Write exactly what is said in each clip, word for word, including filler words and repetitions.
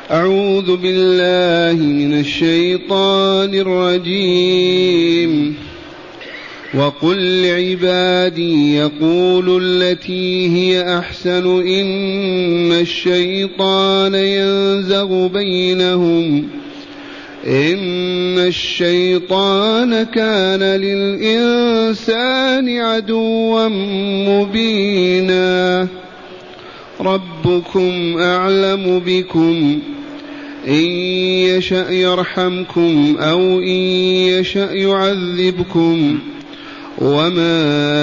أعوذ بالله من الشيطان الرجيم. وقل لعبادي يقولوا التي هي أحسن إن الشيطان ينزغ بينهم إن الشيطان كان للإنسان عدوا مبينا ربكم أعلم بكم إن يشأ يرحمكم أو إن يشأ يعذبكم وما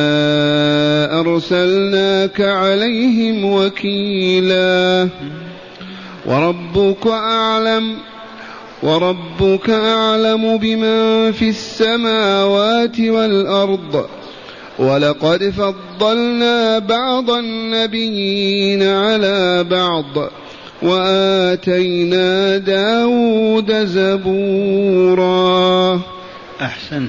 أرسلناك عليهم وكيلا وربك أعلم وربك أعلم بمن في السماوات والأرض ولقد فضلنا بعض النبيين على بعض وآتينا داود زبورا. أحسنت.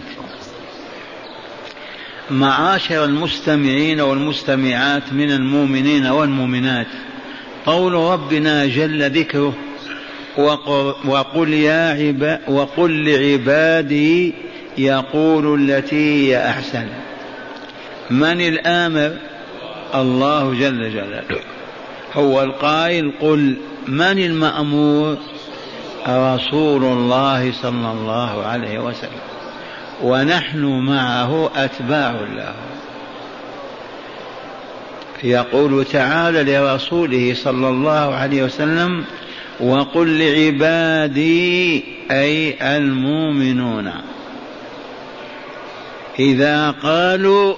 معاشر المستمعين والمستمعات من المؤمنين والمؤمنات، قول ربنا جل ذكره وقل, يا عبا وقل لعبادي يقول التي هي أحسن. من الآمر؟ الله جل جلاله هو القائل. قل. من المأمور؟ رسول الله صلى الله عليه وسلم، ونحن معه أتباع له. يقول تعالى لرسوله صلى الله عليه وسلم وقل لعبادي أي المؤمنون إذا قالوا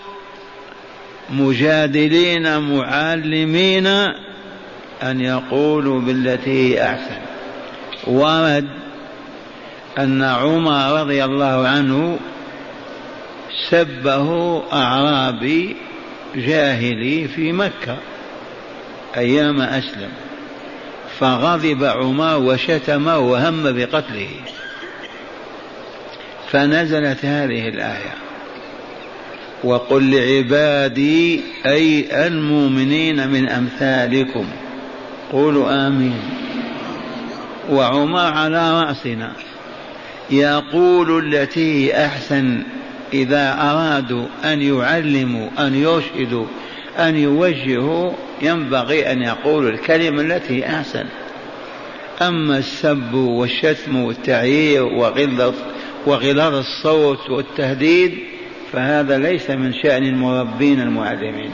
مجادلين معلمين أن يقولوا بالتي هي أحسن. ورد أن عمر رضي الله عنه سبه أعرابي جاهلي في مكة أيام أسلم، فغضب عمر وشتمه وهم بقتله، فنزلت هذه الآية وقل لعبادي أي المؤمنين من أمثالكم قولوا آمين. وعمر على رأسنا يقول التي أحسن إذا أرادوا أن يعلموا أن يرشدوا أن يوجهوا ينبغي أن يقولوا الكلمة التي أحسن. أما السب والشتم والتعيير وغلاظ الصوت والتهديد فهذا ليس من شأن المربين المعلمين.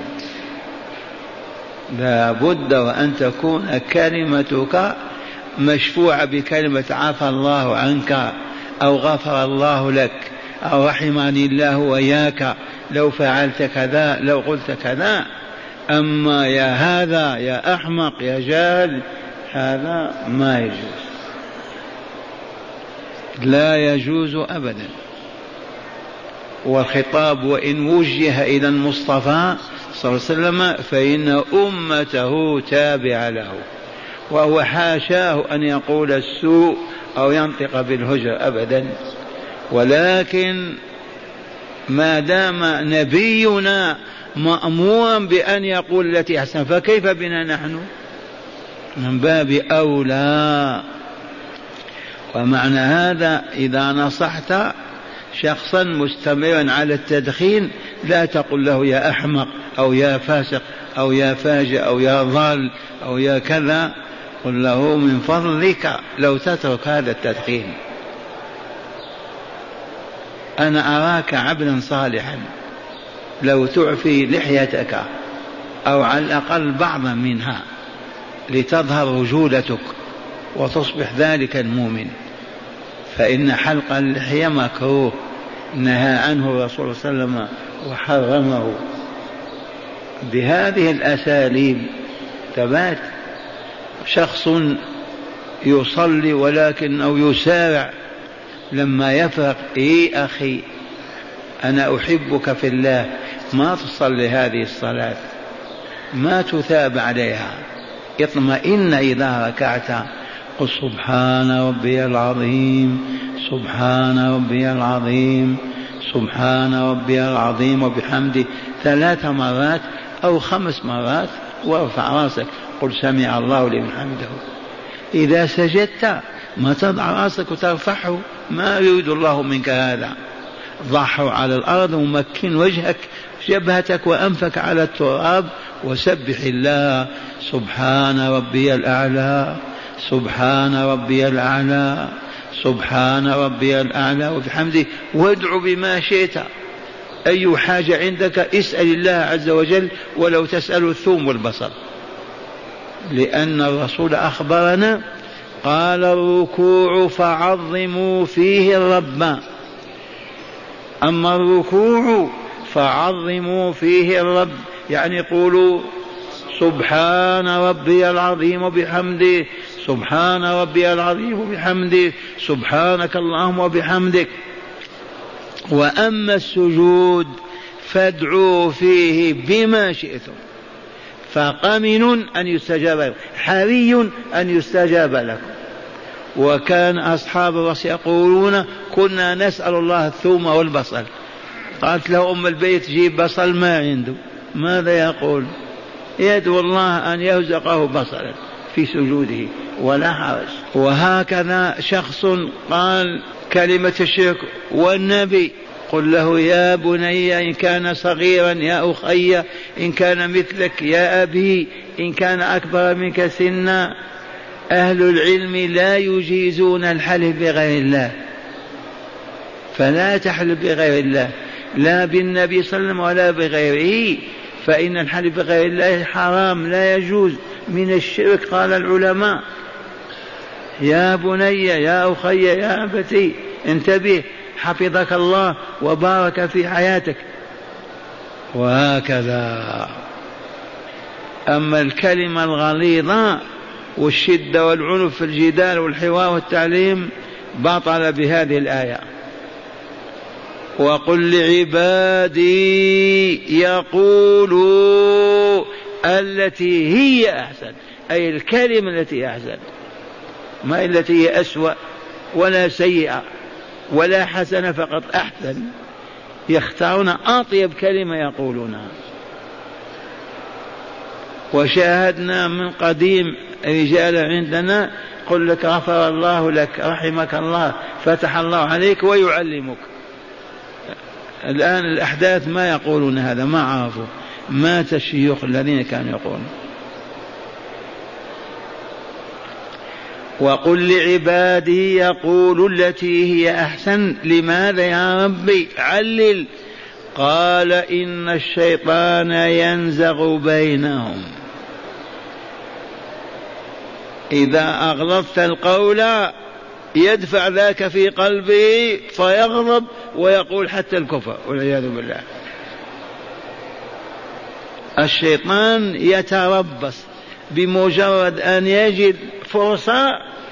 لا بد وأن تكون كلمتك مشفوعة بكلمة عفى الله عنك أو غفر الله لك أو رحمني الله وإياك لو فعلت كذا لو قلت كذا. أما يا هذا يا أحمق يا جاهل هذا ما يجوز، لا يجوز أبدا. والخطاب وإن وجه إلى المصطفى صلى الله عليه وسلم فإن أمته تابعة له، وهو حاشاه أن يقول السوء أو ينطق بالهجر أبدا. ولكن ما دام نبينا مأمورا بأن يقول التي أحسن فكيف بنا نحن؟ من باب أولى. ومعنى هذا إذا نصحت شخصا مستمرا على التدخين لا تقل له يا أحمق أو يا فاسق أو يا فاجر أو يا ضال أو يا كذا، قل له من فضلك لو تترك هذا التدخين. أنا أراك عبدا صالحا لو تعفي لحيتك أو على الأقل بعضا منها لتظهر رجولتك وتصبح ذلك المؤمن، فإن حلق اللحية مكروه نهى عنه الرسول صلى الله عليه وسلم وحرمه. بهذه الأساليب تبات شخص يصلي ولكنه يسارع لما يفرق إيه أخي أنا أحبك في الله ما تصلي هذه الصلاة ما تثاب عليها. اطمئن إذا ركعت قل سبحان ربي العظيم سبحان ربي العظيم سبحان ربي العظيم وبحمده ثلاث مرات أو خمس مرات وارفع راسك قل سمع الله لمن حمده. إذا سجدت ما تضع رأسك وترفعه، ما يريد الله منك هذا. ضعه على الأرض ومكن وجهك جبهتك وأنفك على التراب وسبح الله. سبحان ربي الأعلى، سبحان ربي الأعلى، سبحان ربي الأعلى وبحمده. وادع بما شئت، أي حاجة عندك اسأل الله عز وجل، ولو تسأل الثوم والبصر، لأن الرسول أخبرنا قال الركوع فعظموا فيه الرب. أما الركوع فعظموا فيه الرب، يعني قولوا سبحان ربي العظيم بحمده، سبحان ربي العظيم بحمده، سبحانك اللهم وبحمدك. وأما السجود فادعوا فيه بما شئتم، فقمن أن يستجاب لكم، حري أن يستجاب لكم. وكان أصحاب الرسول يقولون كنا نسأل الله الثوم والبصل. قالت له أم البيت جيب بصل، ما عنده، ماذا يقول؟ يدعو الله أن يرزقه بصلا في سجوده ولا حرج. وهكذا شخص قال كلمة الشرك والنبي قل له يا بني إن كان صغيرا، يا أخي إن كان مثلك، يا أبي إن كان أكبر منك سنا. أهل العلم لا يجيزون الحلف بغير الله، فلا تحلف بغير الله، لا بالنبي صلى الله عليه وسلم ولا بغيره، فإن الحلف بغير الله حرام لا يجوز، من الشرك قال العلماء. يا بني يا أخي يا أبتي انتبه حفظك الله وبارك في حياتك. وهكذا. أما الكلمة الغليظة والشدة والعنف في الجدال والحوار والتعليم بطل بهذه الآية. وقل لعبادي يقولوا التي هي أحسن، أي الكلمة التي أحسن، ما التي هي أسوأ ولا سيئة ولا حسنة، فقط أحسن. يختارون أطيب كلمة يقولونها. وشاهدنا من قديم رجال عندنا قل لك غفر الله لك رحمك الله فتح الله عليك ويعلمك. الآن الأحداث ما يقولون هذا، ما عرفوا، مات الشيوخ الذين كانوا يقولون. وقل لعبادي يقولوا التي هي أحسن. لماذا يا ربي؟ علل. قال إن الشيطان ينزغ بينهم. إذا أغلظت القول يدفع ذاك في قلبه فيغضب ويقول حتى الكفر والعياذ بالله. الشيطان يتربص، بمجرد أن يجد فرصة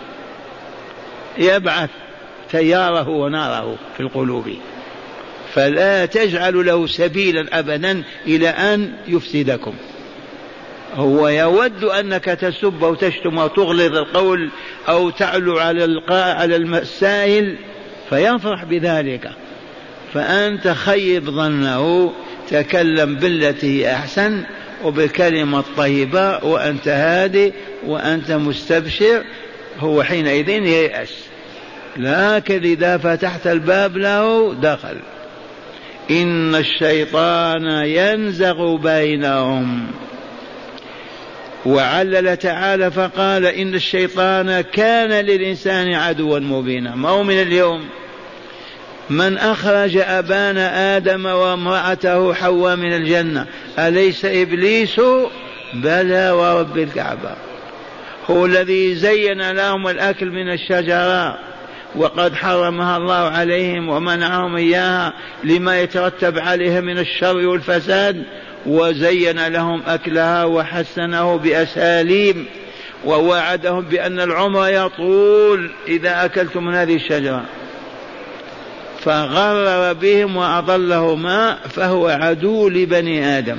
يبعث تياره وناره في القلوب، فلا تجعل له سبيلا أبدا إلى أن يفسدكم. هو يود أنك تسب أو تشتم أو تغلظ القول أو تعلو على على المسائل فيفرح بذلك، فأنت خيب ظنه، تكلم بالتي أحسن وبالكلمة الطيبة وأنت هادئ وأنت مستبشر. هو حينئذ ييأس، لكن إذا فتحت الباب له دخل. إن الشيطان ينزغ بينهم. وعلل تعالى فقال إن الشيطان كان للإنسان عدوا مبينا. ما هو من اليوم من أخرج أبانا آدم وامرأته حواء من الجنة أليس إبليس؟ بلى ورب الكعبة. هو الذي زين لهم الأكل من الشجرة وقد حرمها الله عليهم ومنعهم إياها لما يترتب عليها من الشر والفساد، وزين لهم أكلها وحسنه بأساليب ووعدهم بأن العمر يطول إذا أكلتم من هذه الشجرة، فغرر بهم وأضلهما، فهو عدو لبني آدم.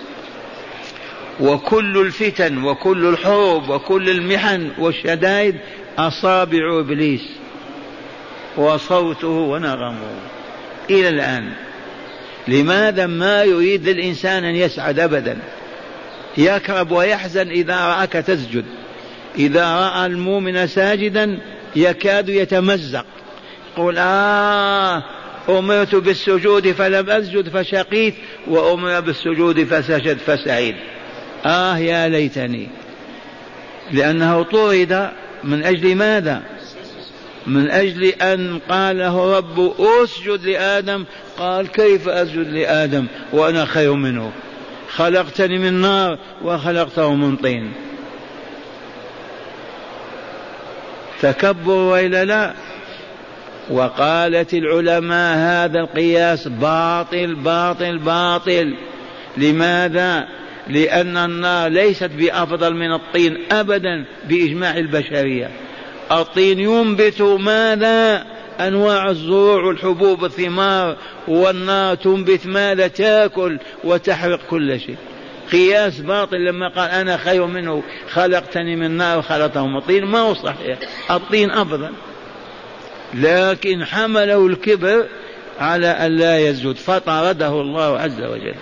وكل الفتن وكل الحروب وكل المحن والشدائد أصابع إبليس وصوته ونغمه إلى الآن. لماذا؟ ما يريد الإنسان أن يسعد أبدا، يكرب ويحزن إذا رأك تسجد، إذا رأى المؤمن ساجدا يكاد يتمزق، قل آه أمرت بالسجود فلم أسجد فشقيت، وأمر بالسجود فسجد فسعيد. آه يا ليتني، لأنه طرد من أجل ماذا؟ من أجل أن قاله رب أسجد لآدم، قال كيف أسجد لآدم وأنا خير منه، خلقتني من نار وخلقته من طين. تكبر وإلا لا؟ وقالت العلماء هذا القياس باطل باطل باطل. لماذا؟ لأن النار ليست بأفضل من الطين أبدا بإجماع البشرية. الطين ينبت ماذا؟ أنواع الزروع والحبوب والثمار، والنار تنبت ماذا؟ تأكل وتحرق كل شيء. قياس باطل لما قال أنا خير منه، خلقتني من نار وخلقته من طين، ما هو صحيح، الطين أفضل. لكن حمله الكبر على أن لا يسجد فطرده الله عز وجل.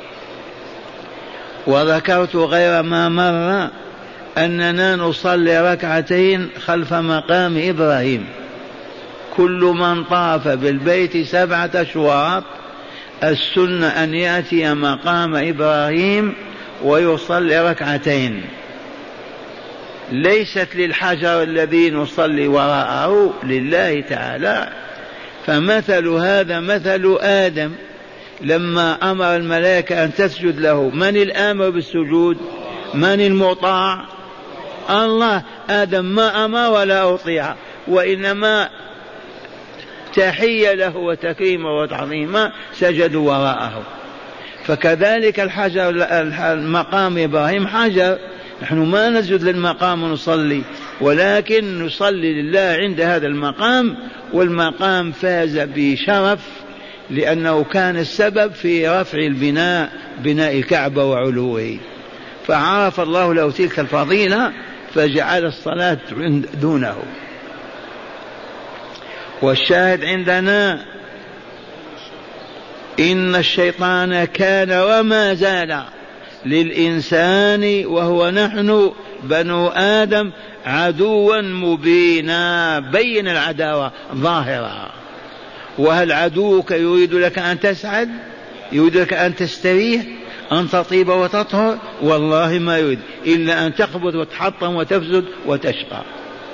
وذكرت غير ما مر أننا نصلي ركعتين خلف مقام إبراهيم. كل من طاف بالبيت سبعة أشواط السنة أن يأتي مقام إبراهيم ويصلي ركعتين، ليست للحجر الذي نصلي وراءه، لله تعالى. فمثل هذا مثل آدم لما أمر الملائكة أن تسجد له، من الآمر بالسجود؟ من المطاع؟ الله. آدم ما أمر ولا أطيع، وإنما تحية له وتكريم وتعظيم سجدوا وراءه. فكذلك الحجر، المقام إبراهيم حجر، نحن ما نسجد للمقام ونصلي، ولكن نصلي لله عند هذا المقام. والمقام فاز بشرف لأنه كان السبب في رفع البناء، بناء الكعبة وعلوه، فعرف الله له تلك الفضيلة فجعل الصلاة دونه. والشاهد عندنا إن الشيطان كان وما زال للإنسان وهو نحن بنو آدم عدوا مبينا، بين العداوة ظاهرة. وهل عدوك يريد لك أن تسعد؟ يريد لك أن تستريح، أن تطيب وتطهر؟ والله ما يريد إلا أن تخبث وتحطم وتفسد وتشقى.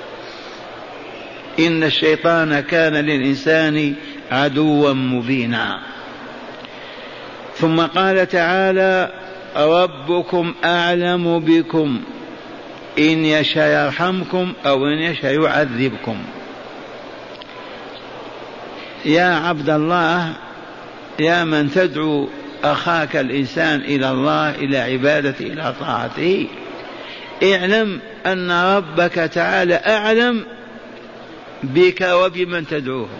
إن الشيطان كان للإنسان عدوا مبينا. ثم قال تعالى ربكم أعلم بكم إن يشاء يرحمكم أو إن يشاء يعذبكم. يا عبد الله، يا من تدعو أخاك الإنسان إلى الله، إلى عبادته، إلى طاعته، اعلم أن ربك تعالى أعلم بك وبمن تدعوه،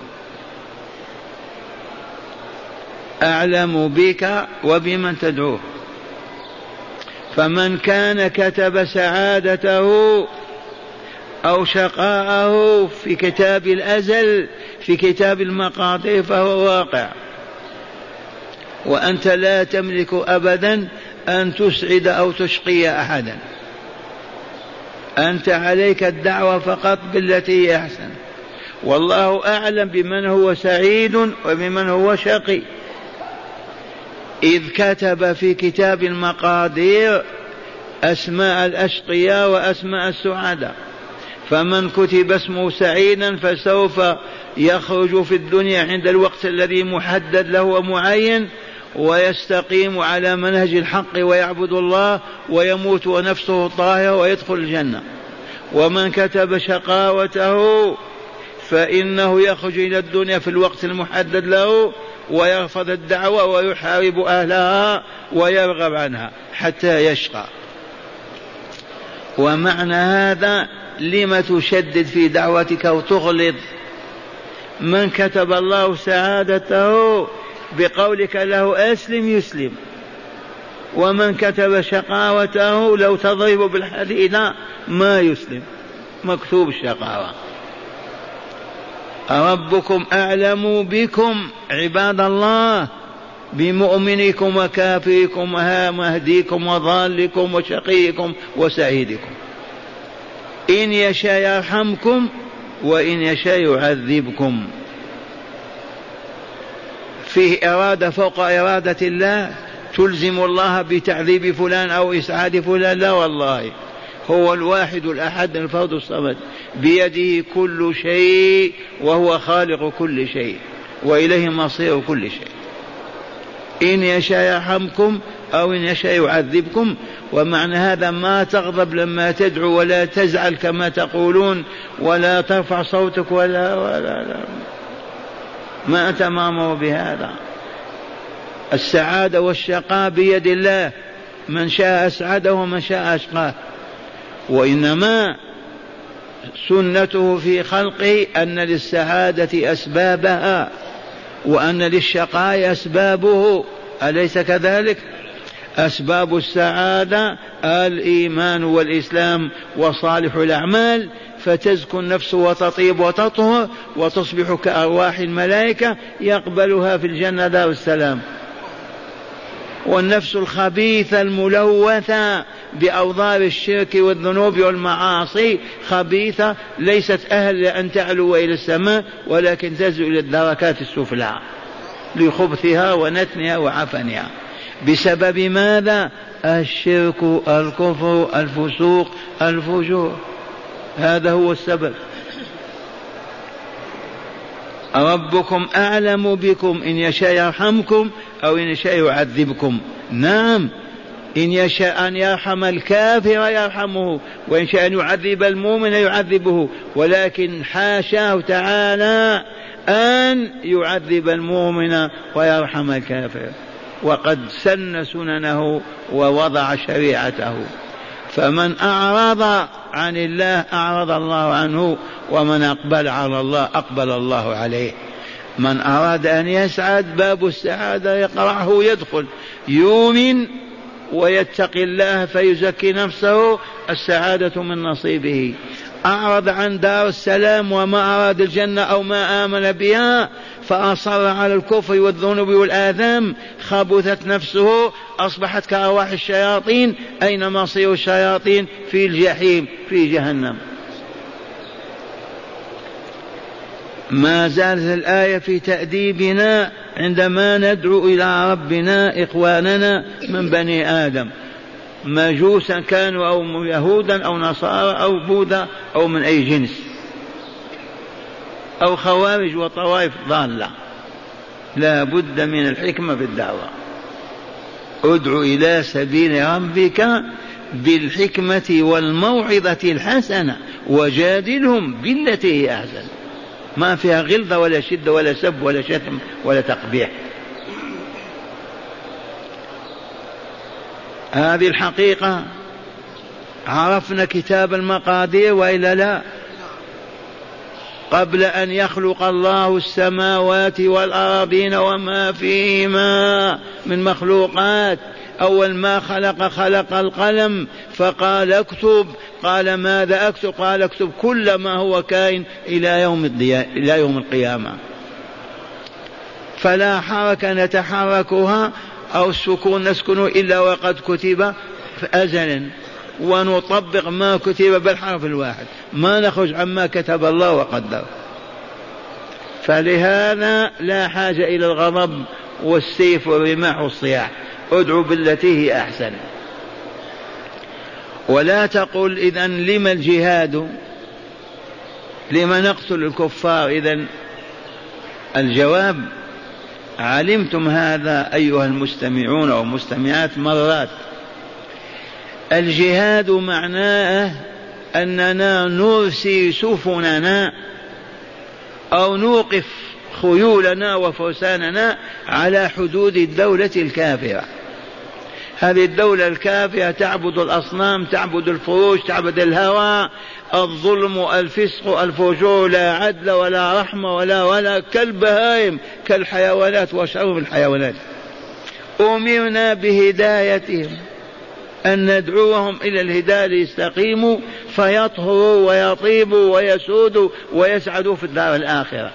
أعلم بك وبمن تدعوه. فمن كان كتب سعادته أو شقاءه في كتاب الأزل، في كتاب المقادير، فهو واقع. وأنت لا تملك أبدا أن تسعد أو تشقي أحدا، أنت عليك الدعوة فقط بالتي هي أحسن. والله أعلم بمن هو سعيد وبمن هو شقي، إذ كتب في كتاب المقادير أسماء الأشقياء وأسماء السعداء. فمن كتب اسمه سعيدا فسوف يخرج في الدنيا عند الوقت الذي محدد له ومعين، ويستقيم على منهج الحق ويعبد الله ويموت ونفسه طاهرة ويدخل الجنة. ومن كتب شقاوته فإنه يخرج إلى الدنيا في الوقت المحدد له ويرفض الدعوة ويحارب أهلها ويرغب عنها حتى يشقى. ومعنى هذا لم تشدد في دعوتك وتغلظ؟ من كتب الله سعادته بقولك له أسلم يسلم، ومن كتب شقاوته لو تضرب بالحديد ما يسلم، مكتوب الشقاوة. ربكم أعلم بكم عباد الله، بمؤمنكم وكافركم ومهديكم وضالكم وشقيكم وسعيدكم. إن يشاء يرحمكم وإن يشاء يعذبكم. فيه إرادة فوق إرادة الله تلزم الله بتعذيب فلان أو إسعاد فلان؟ لا والله، هو الواحد الأحد الفرد الصمد، بيده كل شيء وهو خالق كل شيء وإليه مصير كل شيء. إن يشاء يرحمكم أو إن يشاء يعذبكم. ومعنى هذا ما تغضب لما تدعو ولا تزعل كما تقولون ولا ترفع صوتك ولا ولا لا. ما أنت مأمور بهذا. السعادة والشقاء بيد الله، من شاء أسعده ومن شاء أشقاه. وإنما سنته في خلقه أن للسعادة أسبابها وأن للشقاء أسبابه، أليس كذلك؟ أسباب السعادة الإيمان والإسلام وصالح الأعمال، فتزكو النفس وتطيب وتطهر وتصبح كأرواح الملائكة يقبلها في الجنة دار السلام. والنفس الخبيثة الملوثة بأوضار الشرك والذنوب والمعاصي خبيثة، ليست أهل أن تعلو إلى السماء ولكن تنزل إلى الدركات السفلى لخبثها ونتنها وعفنها. بسبب ماذا؟ الشرك، الكفر، الفسوق، الفجور، هذا هو السبب. ربكم أعلم بكم، إن يشاء يرحمكم أو إن يشاء يعذبكم. نعم، إن يشاء أن يرحم الكافر يرحمه وإن شاء أن يعذب المؤمن يعذبه، ولكن حاشاه تعالى أن يعذب المؤمن ويرحم الكافر، وقد سن سننه ووضع شريعته. فمن أعرض عن الله أعرض الله عنه، ومن أقبل على الله أقبل الله عليه. من أراد أن يسعد باب السعادة يقرعه يدخل، يؤمن ويتقي الله فيزكي نفسه، السعادة من نصيبه. أعرض عن دار السلام وما أراد الجنة أو ما آمن بها فأصر على الكفر والذنوب والآثام، خبثت نفسه، أصبحت كأرواح الشياطين. أين مصير الشياطين؟ في الجحيم، في جهنم. ما زالت الآية في تأديبنا عندما ندعو إلى ربنا إخواننا من بني آدم، مجوسا كانوا أو يهودا أو نصارى أو بوذا أو من أي جنس أو خوارج وطوائف ضالة. لا بد من الحكمة في الدعوة. ادع إلى سبيل ربك بالحكمة والموعظة الحسنة وجادلهم بالتي هي أحسن، ما فيها غلظة ولا شدة ولا سب ولا شتم ولا تقبيح. هذه الحقيقة. عرفنا كتاب المقادير وإلا لا؟ قبل أن يخلق الله السماوات والأرضين وما فيهما من مخلوقات، أول ما خلق خلق القلم فقال اكتب، قال ماذا أكتب؟ قال اكتب كل ما هو كائن إلى يوم إلى يوم القيامة. فلا حركة نتحركها أو السكون نسكن إلا وقد كتب أزلا، ونطبق ما كتب بالحرف الواحد، ما نخرج عما كتب الله وقدر. فلهذا لا حاجة إلى الغضب والسيف والرماح والصياح، ادعو بالتي هي أحسن. ولا تقل إذن لما الجهاد، لما نقتل الكفار؟ إذن الجواب علمتم هذا أيها المستمعون أو المستمعات مرات. الجهاد معناه أننا نرسي سفننا أو نوقف خيولنا وفرساننا على حدود الدولة الكافرة. هذه الدولة الكافرة تعبد الأصنام، تعبد الفروج، تعبد الهوى، الظلم، الفسق، الفجور، لا عدل ولا رحمة ولا ولا كالبهائم، كالحيوانات وشر الحيوانات. أمرنا بهدايتهم، أن ندعوهم إلى الهداية ليستقيموا فيطهروا ويطيبوا ويسودوا ويسعدوا في الدار الآخرة.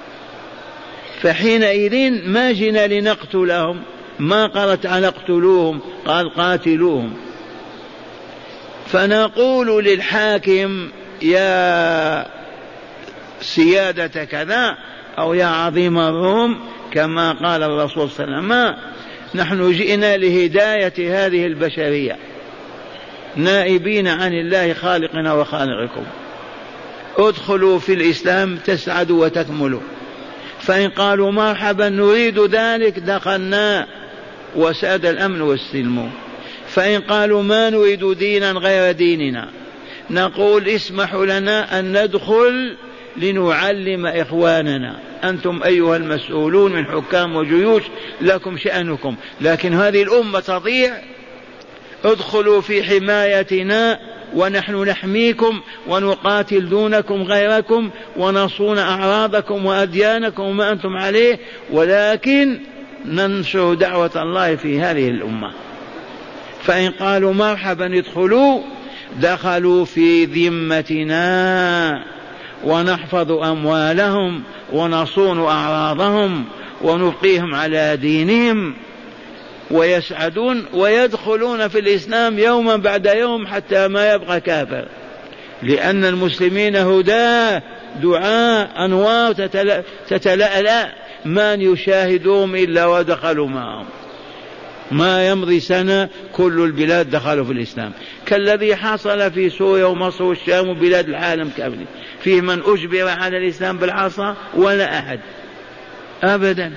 فحينئذ ما جئنا لنقتلهم، ما قال تعالى اقتلوهم، قال قاتلوهم. فنقول للحاكم يا سيادة كذا أو يا عظيم الروم، كما قال الرسول صلى الله عليه وسلم: نحن جئنا لهداية هذه البشرية نائبين عن الله خالقنا وخالقكم، ادخلوا في الإسلام تسعدوا وتكملوا. فإن قالوا مرحبا نريد ذلك دخلنا وساد الأمن والسلم. فإن قالوا ما نريد دينا غير ديننا، نقول اسمحوا لنا أن ندخل لنعلم إخواننا، أنتم أيها المسؤولون من حكام وجيوش لكم شأنكم، لكن هذه الأمة تضيع، ادخلوا في حمايتنا ونحن نحميكم ونقاتل دونكم غيركم ونصون أعراضكم وأديانكم وما أنتم عليه، ولكن ننشر دعوة الله في هذه الأمة. فإن قالوا مرحبا ادخلوا، دخلوا في ذمتنا ونحفظ أموالهم ونصون أعراضهم ونبقيهم على دينهم، ويسعدون ويدخلون في الإسلام يوما بعد يوم حتى ما يبقى كافر، لأن المسلمين هدى دعاء أنوار تتلألأ، من يشاهدهم إلا ودخلوا معهم. ما يمضي سنة كل البلاد دخلوا في الإسلام، كالذي حصل في سوريا ومصر والشام وبلاد العالم كامل، فيه من أجبر على الإسلام بالعصا ولا أحد أبدا.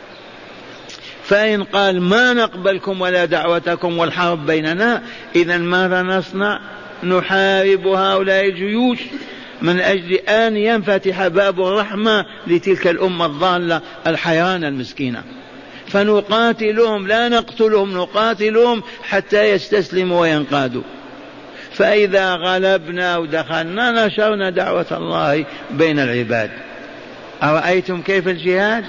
فإن قال ما نقبلكم ولا دعوتكم والحرب بيننا، إذن ماذا نصنع؟ نحارب هؤلاء الجيوش من أجل أن ينفتح باب الرحمة لتلك الأمة الضالة الحيرانة المسكينة، فنقاتلهم لا نقتلهم، نقاتلهم حتى يستسلموا وينقادوا. فإذا غلبنا ودخلنا نشرنا دعوة الله بين العباد. أرأيتم كيف الجهاد؟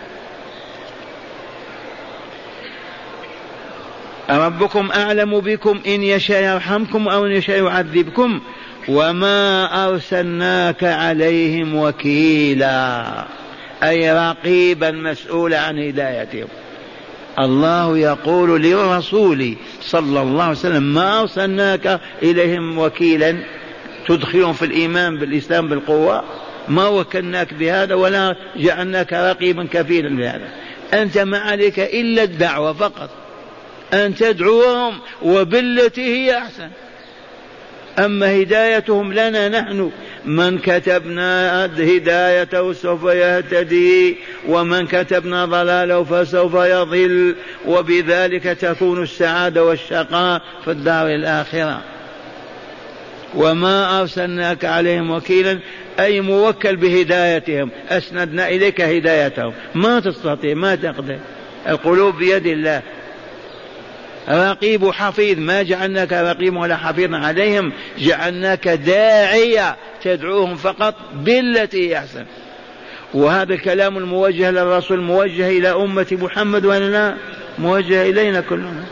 ربكم أعلم بكم، إن يشاء يرحمكم أو إن يشاء يعذبكم، وما أرسلناك عليهم وكيلا، أي رقيبا مسؤولا عن هدايتهم. الله يقول للرسول صلى الله عليه وسلم: ما أرسلناك إليهم وكيلا تدخلهم في الإيمان بالإسلام بالقوة، ما وكلناك بهذا ولا جعلناك رقيبا كفيلا بهذا، أنت ما عليك إلا الدعوة فقط، أن تدعوهم وبالتي هي أحسن. أما هدايتهم لنا نحن، من كتبنا هدايته سوف يهتدي، ومن كتبنا ضلاله فسوف يضل، وبذلك تكون السعادة والشقاء في الدار الآخرة. وما أرسلناك عليهم وكيلا، أي موكل بهدايتهم، أسندنا إليك هدايتهم، ما تستطيع ما تقدر، القلوب بيد الله. رقيب وحفيظ، ما جعلناك رقيب ولا حفيظا عليهم، جعلناك داعية تدعوهم فقط بالتي يحسن. وهذا الكلام الموجه للرسول موجه إلى أمة محمد ولا لا؟ موجه إلينا كلنا.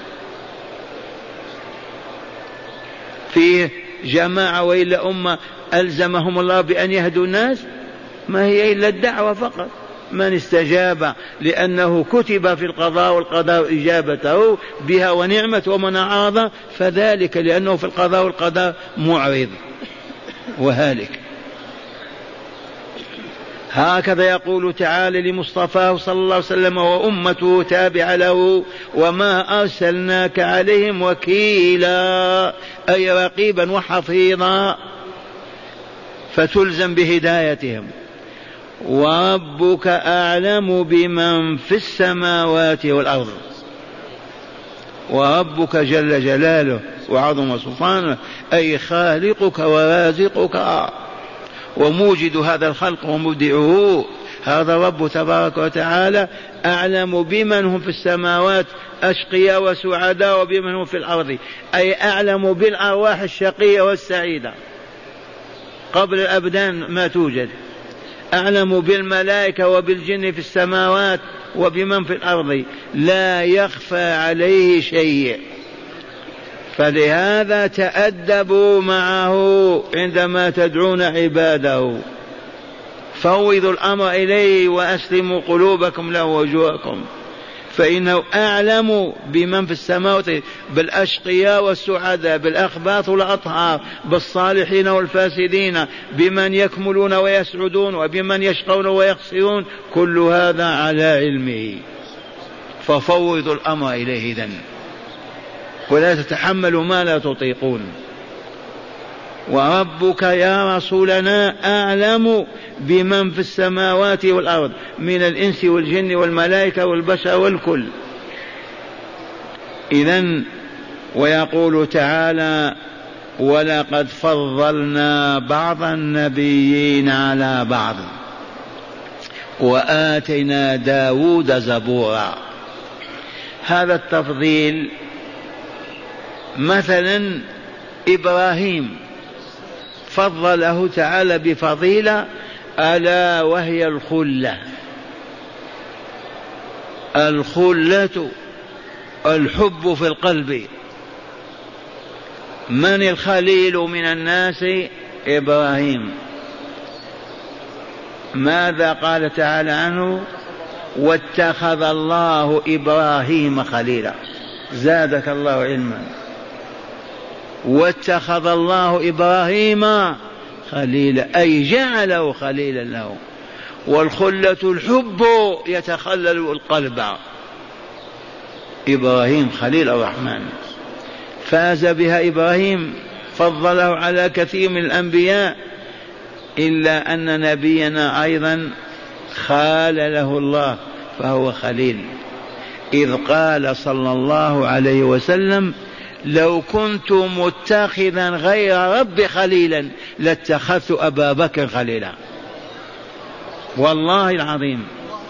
فيه جماعة وإلا أمة ألزمهم الله بأن يهدوا الناس؟ ما هي إلا الدعوة فقط. من استجاب لأنه كتب في القضاء والقدر إجابته بها ونعمة، ومن أعرض فذلك لأنه في القضاء والقدر معرض وهالك. هكذا يقول تعالى لمصطفاه صلى الله عليه وسلم وأمته تابع له: وما أرسلناك عليهم وكيلا، أي رقيبا وحفيظا، فتلزم بهدايتهم. وربك أعلم بمن في السماوات والأرض، وربك جل جلاله وعظم سلطانه أي خالقك ورازقك وموجد هذا الخلق ومبدعه، هذا رب تبارك وتعالى أعلم بمن هم في السماوات أشقياء وسعداء، وبمن هم في الأرض، أي أعلم بالأرواح الشقية والسعيدة قبل الأبدان ما توجد، أعلم بالملائكة وبالجن في السماوات وبمن في الأرض، لا يخفى عليه شيء. فلهذا تأدبوا معه عندما تدعون عباده، فوضوا الأمر إليه وأسلموا قلوبكم له وجوهكم. فإنه أعلم بمن في السماوات، بالأشقياء والسعداء، بالأخباث والأطهار، بالصالحين والفاسدين، بمن يكملون ويسعدون وبمن يشقون ويخسرون، كل هذا على علمه. ففوضوا الأمر إليه إذن، ولا تتحملوا ما لا تطيقون. وربك يا رسولنا أعلم بمن في السماوات والأرض من الإنس والجن والملائكة والبشر والكل. إذن ويقول تعالى ولقد فضلنا بعض النبيين على بعض وآتينا داود زبورا. هذا التفضيل مثلا إبراهيم فضله تعالى بفضيلة ألا وهي الخلة. الخلة الحب في القلب. من الخليل من الناس؟ إبراهيم. ماذا قال تعالى عنه؟ واتخذ الله إبراهيم خليلا. زادك الله علما. واتخذ الله إبراهيم خليلا أي جعله خليلا له. والخلة الحب يتخلل القلب. إبراهيم خليل الرحمن فاز بها إبراهيم، فضله على كثير من الأنبياء، إلا أن نبينا أيضا خال له الله فهو خليل، إذ قال صلى الله عليه وسلم لو كنت متخذا غير رب خليلا لاتخذت أبا بكر خليلا. والله العظيم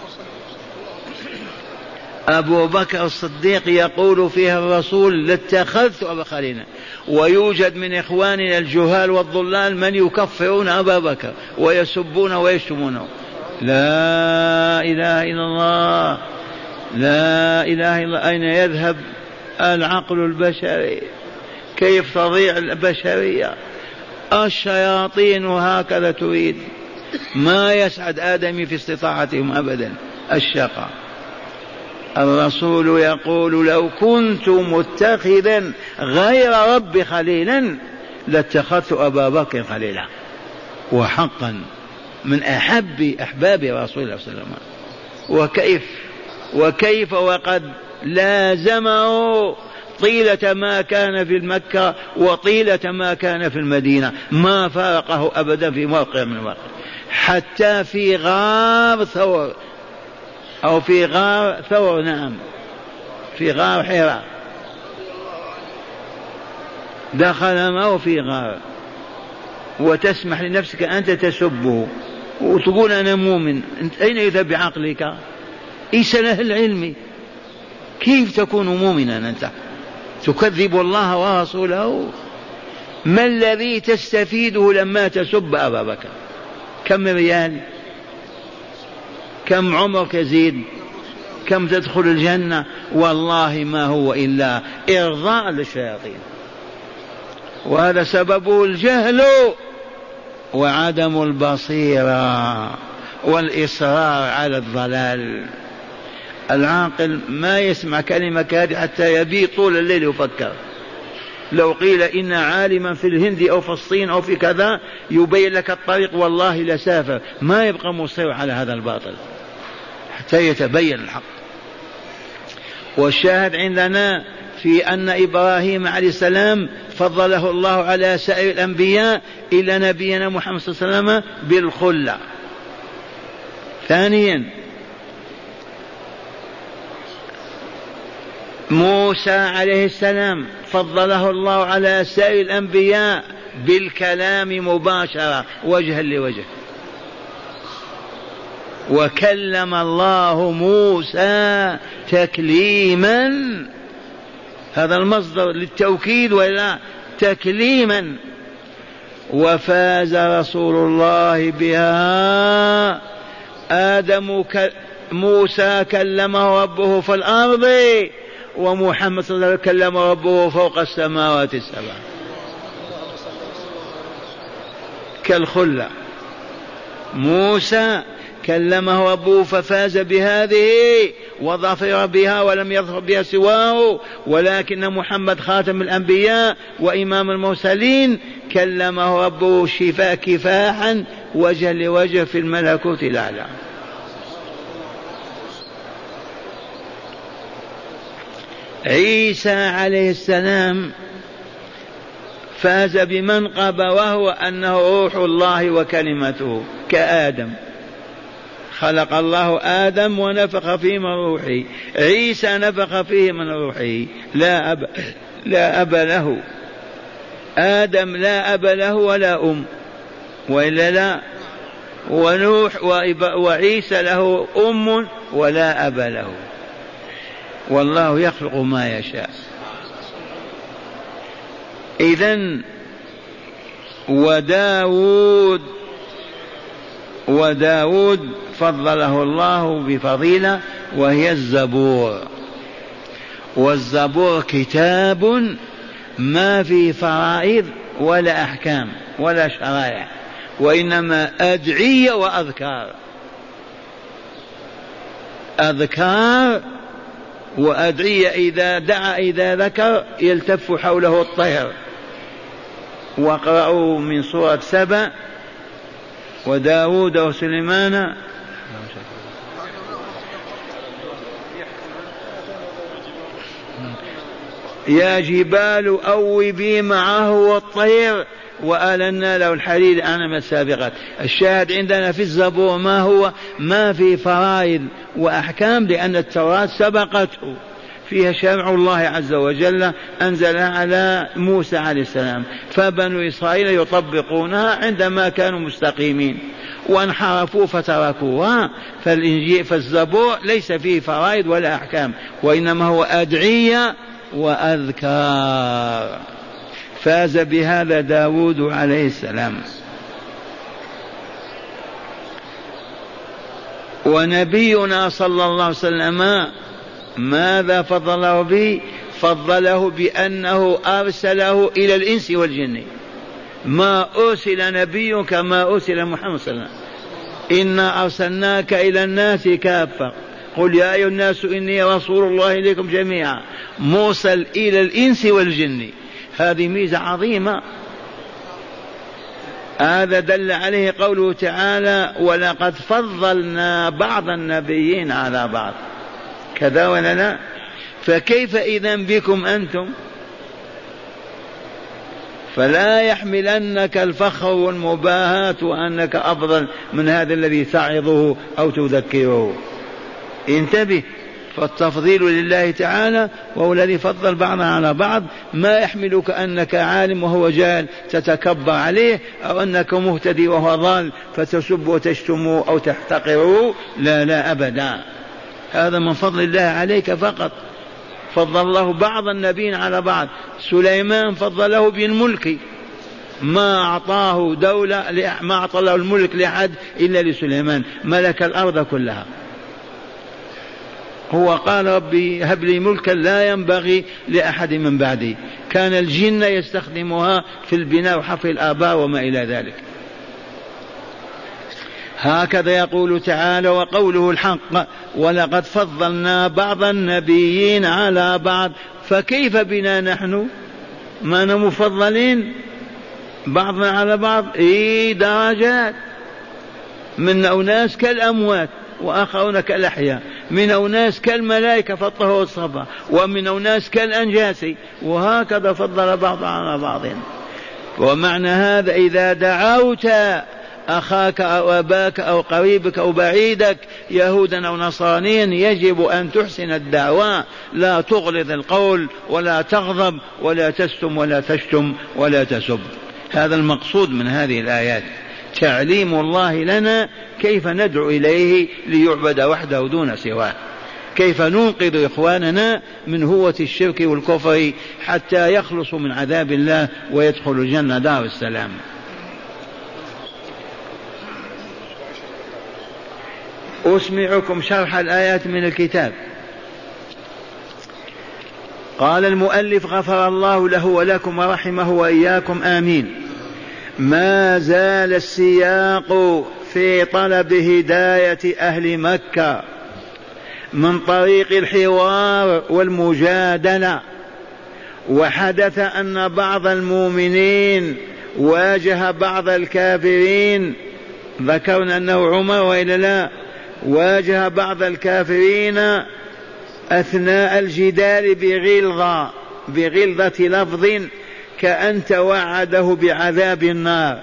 أبو بكر الصديق يقول فيها الرسول لاتخذت أبا خليلا. ويوجد من إخواننا الجهال والضلال من يكفرون أبا بكر ويسبون ويشتمونه. لا إله إلا الله، لا إله إلا الله. أين يذهب العقل البشري؟ كيف تضيع البشرية؟ الشياطين هكذا تريد، ما يسعد آدمي في استطاعتهم أبدا الشقاء. الرسول يقول لو كنت متخذا غير رب خليلا لاتخذت أبا بكر خليلا. وحقا من أحب أحباب رسول الله صلى الله عليه وسلم. وكيف وكيف وقد لازمه طيلة ما كان في مكة وطيلة ما كان في المدينة، ما فارقه أبدا في موقع من المواقع، حتى في غار ثور أو في غار ثور نعم في غار حراء دخل معه في غار، وتسمح لنفسك أنت تسبه وتقول أنا مؤمن. أنت أين يذهب بعقلك؟ إيش له العلم؟ كيف تكون مؤمنا أنت؟ تكذب الله ورسوله. ما الذي تستفيده لما تسب أبا بكر؟ كم ريال؟ كم عمرك يزيد؟ كم تدخل الجنة؟ والله ما هو إلا إرضاء للشياطين. وهذا سببه الجهل وعدم البصيرة والإصرار على الضلال. العاقل ما يسمع كلمة كهذه حتى يبيت طول الليل يفكر. لو قيل إن عالما في الهند أو في الصين أو في كذا يبين لك الطريق والله لسافر، ما يبقى مصير على هذا الباطل حتى يتبين الحق. والشاهد عندنا في أن إبراهيم عليه السلام فضله الله على سائر الأنبياء إلى نبينا محمد صلى الله عليه وسلم بالخلة. ثانيا موسى عليه السلام فضله الله على سائر الأنبياء بالكلام مباشرة وجها لوجه. وكلم الله موسى تكليما، هذا المصدر للتوكيد ولا تكليما. وفاز رسول الله بها. آدم ك... موسى كلمه ربه في الأرض، ومحمد صلى الله عليه وسلم كلم ربه فوق السماوات السبع. كالخلة. موسى كلمه ربه ففاز بهذه وظفر بها ولم يظفر بها سواه، ولكن محمد خاتم الأنبياء وإمام المرسلين كلمه ربه شفاء كفاحا وجه لوجه في الملكوت الأعلى. عيسى عليه السلام فاز بمنقبة وهو أنه روح الله وكلمته كآدم، خلق الله آدم ونفخ فيه من روحه، عيسى نفخ فيه من روحه، لا أب لا أب له. آدم لا أب له ولا أم، وإلا لا، ونوح وعيسى له أم ولا أب له، والله يخلق ما يشاء. إذن وداود وداود فضله الله بفضيلة وهي الزبور. والزبور كتاب ما في فرائض ولا أحكام ولا شرائع، وإنما أدعية وأذكار، أذكار وأدعية. إذا دعا إذا ذكر يلتف حوله الطير. واقرأوا من سورة سبأ وداود وسليمان يا جبال أوبي معه والطير وألنا له الحديد أعلم السابقات. الشاهد عندنا في الزبور ما هو؟ ما في فرائض وأحكام، لأن التوراة سبقته، فيها شرع الله عز وجل أنزلها على موسى عليه السلام، فبنو إسرائيل يطبقونها عندما كانوا مستقيمين، وانحرفوا فتركوها. فالإنجيل فالزبور ليس فيه فرائض ولا أحكام، وإنما هو أدعية وأذكار. فاز بهذا داود عليه السلام. ونبينا صلى الله عليه وسلم ماذا فضله به؟ فضله بأنه أرسله إلى الإنس والجن. ما أرسل نبي كما أرسل محمد صلى الله عليه وسلم. إنا أرسلناك إلى الناس كافة، قل يا أيها الناس إني رسول الله إليكم جميعا، موصل إلى الإنس والجن. هذه ميزة عظيمة. هذا دل عليه قوله تعالى ولقد فضلنا بعض النبيين على بعض، كذا ولا لا؟ فكيف إذن بكم أنتم؟ فلا يحملنك الفخر والمباهاة وأنك أفضل من هذا الذي تعظه أو تذكره. انتبه، فالتفضيل لله تعالى وهو الذي فضل بعضنا على بعض. ما يحملك أنك عالم وهو جاهل تتكبر عليه، أو أنك مهتدي وهو ضال فتسب وتشتمه أو تحتقره. لا لا أبدا، هذا من فضل الله عليك فقط. فضل الله بعض النبيين على بعض. سليمان فضله بالملك، ما أعطاه دولة، ما أعطى له الملك لأحد إلا لسليمان، ملك الأرض كلها. هو قال ربي هب لي ملكا لا ينبغي لأحد من بعدي. كان الجن يستخدمها في البناء وحفر الآباء وما إلى ذلك. هكذا يقول تعالى وقوله الحق ولقد فضلنا بعض النبيين على بعض. فكيف بنا نحن؟ ما مفضلين بعضنا على بعض؟ إيه درجات. من أناس كالأموات وآخرون كالأحياء، من أناس كالملائكة فالطهر والصفا، ومن أناس كالأنجاس، وهكذا فضل بعض على بعض. ومعنى هذا إذا دعوت أخاك أو أباك أو قريبك أو بعيدك يهودا أو نصرانيا يجب أن تحسن الدعوة، لا تغلظ القول ولا تغضب ولا تستم ولا تشتم ولا تسب. هذا المقصود من هذه الآيات، تعليم الله لنا كيف ندعو إليه ليعبد وحده دون سواه، كيف ننقذ إخواننا من هوة الشرك والكفر حتى يخلصوا من عذاب الله ويدخلوا الجنة دار السلام. أسمعكم شرح الآيات من الكتاب. قال المؤلف غفر الله له ولكم ورحمه وإياكم آمين. ما زال السياق في طلب هداية أهل مكة من طريق الحوار والمجادلة. وحدث أن بعض المؤمنين واجه بعض الكافرين، ذكرنا أنه عمر وإلا لا، واجه بعض الكافرين أثناء الجدال بغلظة بغلظة لفظ كأن توعده بعذاب النار،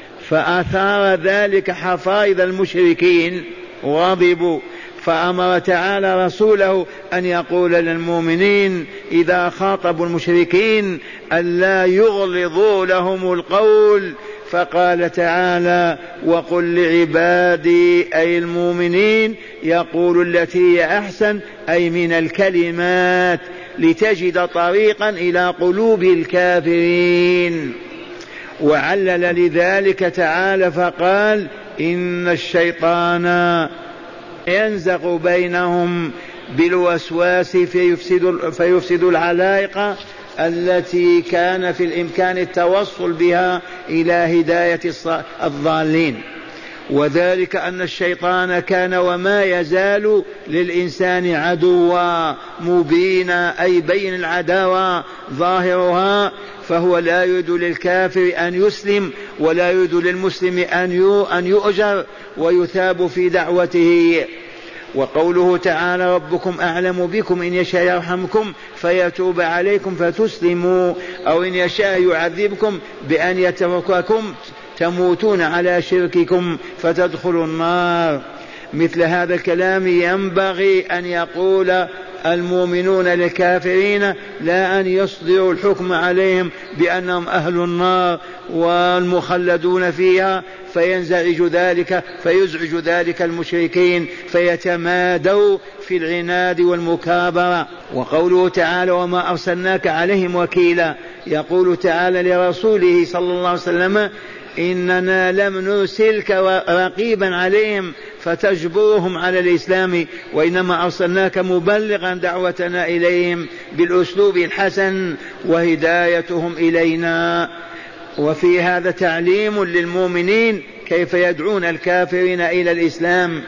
فأثار ذلك حفائظ المشركين غضبوا، فأمر تعالى رسوله أن يقول للمؤمنين إذا خاطبوا المشركين ألا يغلظوا لهم القول، فقال تعالى وقل لعبادي أي المؤمنين يقول التي هي أحسن، أي من الكلمات، لتجد طريقا إلى قلوب الكافرين. وعلل لذلك تعالى فقال إن الشيطان ينزغ بينهم بالوسواس فيفسد, فيفسد العلائق التي كان في الإمكان التوصل بها إلى هداية الضالين. وذلك أن الشيطان كان وما يزال للإنسان عدوا مبينا، أي بين العداوة ظاهرها، فهو لا يريد للكافر أن يسلم ولا يريد للمسلم أن يؤجر ويثاب في دعوته. وقوله تعالى ربكم أعلم بكم إن يشاء يرحمكم فيتوب عليكم فتسلموا، أو إن يشاء يعذبكم بأن يترككم تموتون على شرككم فتدخلوا النار. مثل هذا الكلام ينبغي أن يقول المؤمنون للكافرين، لا أن يصدروا الحكم عليهم بأنهم أهل النار والمخلدون فيها فينزعج ذلك فيزعج ذلك المشركين فيتمادوا في العناد والمكابرة. وقوله تعالى وما أرسلناك عليهم وكيلا، يقول تعالى لرسوله صلى الله عليه وسلم إننا لم نرسلك رقيبا عليهم فتجبرهم على الإسلام، وإنما أرسلناك مبلغا دعوتنا إليهم بالأسلوب الحسن وهدايتهم إلينا. وفي هذا تعليم للمؤمنين كيف يدعون الكافرين إلى الإسلام.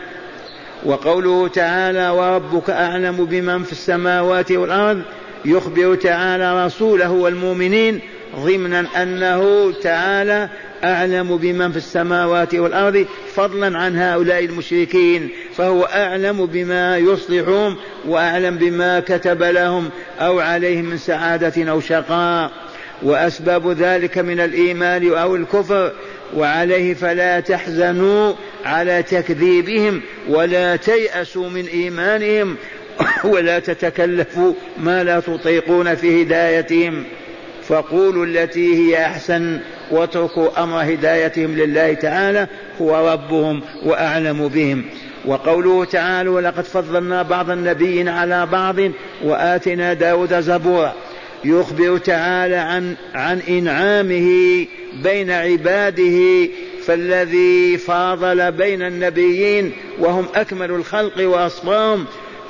وقوله تعالى وربك أعلم بمن في السماوات والأرض، يخبر تعالى رسوله والمؤمنين ضمنا أنه تعالى أعلم بمن في السماوات والأرض فضلا عن هؤلاء المشركين، فهو أعلم بما يصلحهم وأعلم بما كتب لهم أو عليهم من سعادة أو شقاء، وأسباب ذلك من الإيمان أو الكفر. وعليه فلا تحزنوا على تكذيبهم ولا تيأسوا من إيمانهم ولا تتكلفوا ما لا تطيقون في هدايتهم، فقولوا التي هي أحسن واتركوا أمر هدايتهم لله تعالى هو ربهم وأعلم بهم. وقوله تعالى ولقد فضلنا بعض النبيين على بعض وآتنا داود زبورا، يخبر تعالى عن, عن إنعامه بين عباده، فالذي فاضل بين النبيين وهم أكمل الخلق وأصفاهم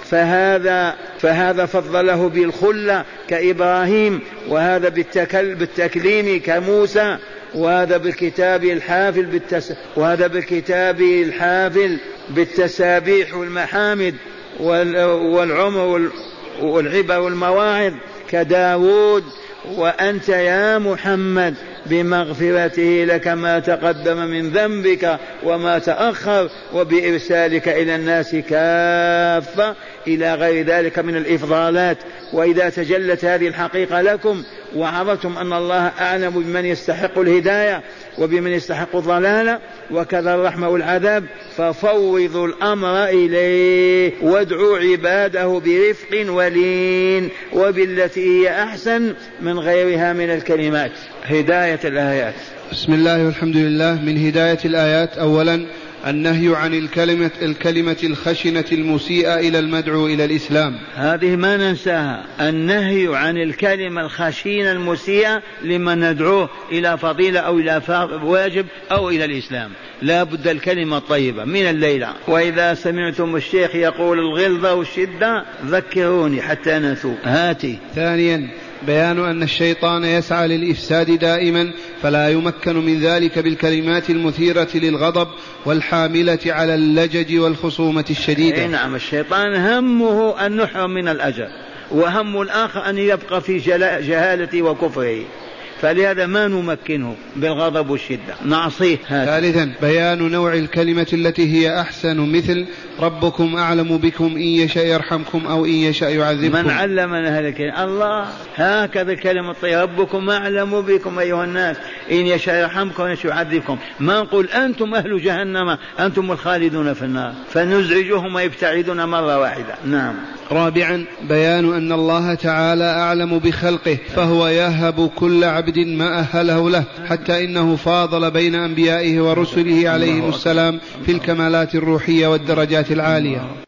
فهذا, فهذا فضله بالخلة كإبراهيم، وهذا بالتكل بالتكليم كموسى، وهذا بالكتاب الحافل بالتس... وهذا بالكتاب الحافل بالتسابيح والمحامد والعمر والعبر والمواعظ كداود. وأنت يا محمد بمغفرته لك ما تقدم من ذنبك وما تأخر وبإرسالك إلى الناس كافة إلى غير ذلك من الإفضالات. وإذا تجلت هذه الحقيقة لكم وعرفتم أن الله أعلم بمن يستحق الهداية وبمن يستحق الضلال وكذا الرحمة والعذاب، ففوضوا الأمر إليه وادعوا عباده برفق ولين وبالتي هي أحسن من غيرها من الكلمات. هداية الآيات. بسم الله والحمد لله. من هداية الآيات أولا النهي عن الكلمة, الكلمة الخشنة المسيئة إلى المدعو إلى الإسلام، هذه ما ننساها، النهي عن الكلمة الخشنة المسيئة لمن ندعوه إلى فضيلة أو إلى واجب أو إلى الإسلام، لا بد الكلمة الطيبة من الليلة. وإذا سمعتم الشيخ يقول الغلظة والشدة ذكروني حتى نتوب. هاتي. ثانيا بيان أن الشيطان يسعى للإفساد دائما فلا يمكن من ذلك بالكلمات المثيرة للغضب والحاملة على اللجج والخصومة الشديدة. نعم، الشيطان همه أن نحرم من الأجر، وهم الآخر أن يبقى في جهالته وكفره، فلهذا ما نمكنه بالغضب والشدة، نعصيه. ثالثا بيان نوع الكلمة التي هي أحسن، مثل ربكم أعلم بكم إن يشاء يرحمكم أو إن يشاء يعذبكم. من علمنا هذا الكلمة؟ الله. هكذا كلمة ربكم أعلم بكم أيها الناس إن يشاء يرحمكم وإن يشاء يعذبكم. ما نقول أنتم أهل جهنم أنتم الخالدون في النار فنزعجهم ويبتعدون مرة واحدة. نعم. رابعا بيان أن الله تعالى أعلم بخلقه فهو يهب كل عبد ما أهله له، حتى إنه فاضل بين أنبيائه ورسله عليهم السلام في الكمالات الروحية والدرجات العالية.